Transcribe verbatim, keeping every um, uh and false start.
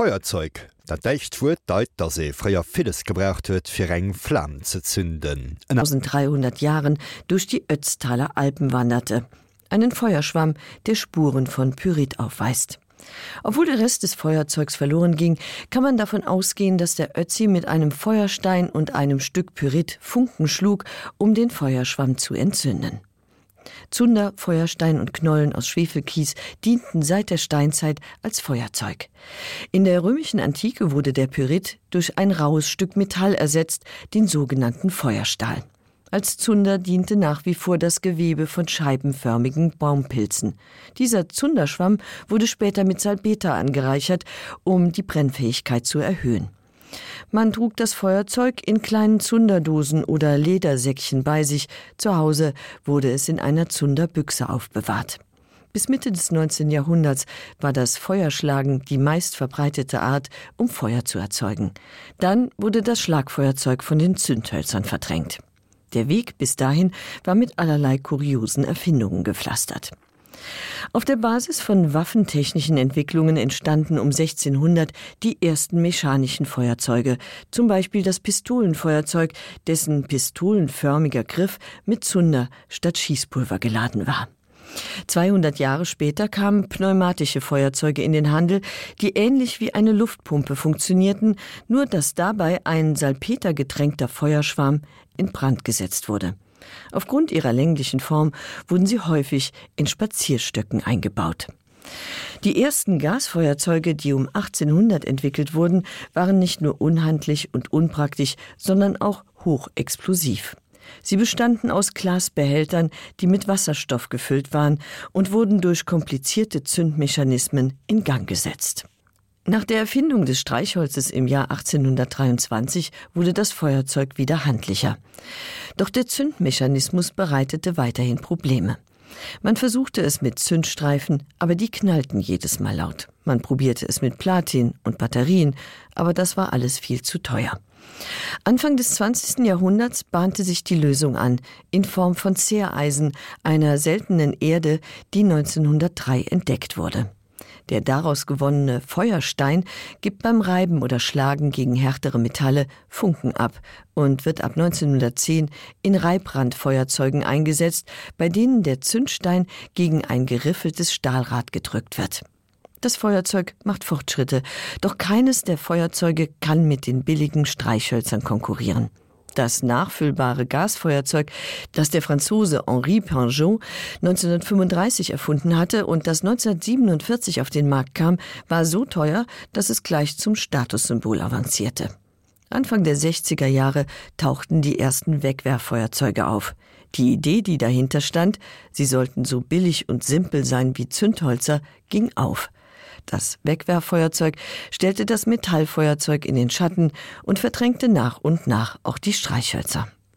Feuerzeug. Dat deicht wurt deit, dat se fréier Fides gebraucht huet fir eng Flamm ze zünden. dreizehnhundert Jahren durch die Ötztaler Alpen wanderte. Einen Feuerschwamm, der Spuren von Pyrit aufweist. Obwohl der Rest des Feuerzeugs verloren ging, kann man davon ausgehen, dass der Ötzi mit einem Feuerstein und einem Stück Pyrit Funken schlug, um den Feuerschwamm zu entzünden. Zunder, Feuerstein und Knollen aus Schwefelkies dienten seit der Steinzeit als Feuerzeug. In der römischen Antike wurde der Pyrit durch ein raues Stück Metall ersetzt, den sogenannten Feuerstahl. Als Zunder diente nach wie vor das Gewebe von scheibenförmigen Baumpilzen. Dieser Zunderschwamm wurde später mit Salpeter angereichert, um die Brennfähigkeit zu erhöhen. Man trug das Feuerzeug in kleinen Zunderdosen oder Ledersäckchen bei sich. Zu Hause wurde es in einer Zunderbüchse aufbewahrt. Bis Mitte des neunzehnten Jahrhunderts war das Feuerschlagen die meistverbreitete Art, um Feuer zu erzeugen. Dann wurde das Schlagfeuerzeug von den Zündhölzern verdrängt. Der Weg bis dahin war mit allerlei kuriosen Erfindungen gepflastert. Auf der Basis von waffentechnischen Entwicklungen entstanden um sechzehnhundert die ersten mechanischen Feuerzeuge, zum Beispiel das Pistolenfeuerzeug, dessen pistolenförmiger Griff mit Zunder statt Schießpulver geladen war. zweihundert Jahre später kamen pneumatische Feuerzeuge in den Handel, die ähnlich wie eine Luftpumpe funktionierten, nur dass dabei ein salpetergetränkter Feuerschwamm in Brand gesetzt wurde. Aufgrund ihrer länglichen Form wurden sie häufig in Spazierstöcken eingebaut. Die ersten Gasfeuerzeuge, die um achtzehnhundert entwickelt wurden, waren nicht nur unhandlich und unpraktisch, sondern auch hochexplosiv. Sie bestanden aus Glasbehältern, die mit Wasserstoff gefüllt waren und wurden durch komplizierte Zündmechanismen in Gang gesetzt. Nach der Erfindung des Streichholzes im Jahr achtzehnhundertdreiundzwanzig wurde das Feuerzeug wieder handlicher. Doch der Zündmechanismus bereitete weiterhin Probleme. Man versuchte es mit Zündstreifen, aber die knallten jedes Mal laut. Man probierte es mit Platin und Batterien, aber das war alles viel zu teuer. Anfang des zwanzigsten Jahrhunderts bahnte sich die Lösung an, in Form von Zehreisen, einer seltenen Erde, die neunzehnhundertdrei entdeckt wurde. Der daraus gewonnene Feuerstein gibt beim Reiben oder Schlagen gegen härtere Metalle Funken ab und wird ab neunzehnhundertzehn in Reibrandfeuerzeugen eingesetzt, bei denen der Zündstein gegen ein geriffeltes Stahlrad gedrückt wird. Das Feuerzeug macht Fortschritte, doch keines der Feuerzeuge kann mit den billigen Streichhölzern konkurrieren. Das nachfüllbare Gasfeuerzeug, das der Franzose Henri Pingeot neunzehnhundertfünfunddreißig erfunden hatte und das neunzehnhundertsiebenundvierzig auf den Markt kam, war so teuer, dass es gleich zum Statussymbol avancierte. Anfang der sechziger Jahre tauchten die ersten Wegwerffeuerzeuge auf. Die Idee, die dahinter stand, sie sollten so billig und simpel sein wie Zündhölzer, ging auf. Das Wegwerffeuerzeug stellte das Metallfeuerzeug in den Schatten und verdrängte nach und nach auch die Streichhölzer.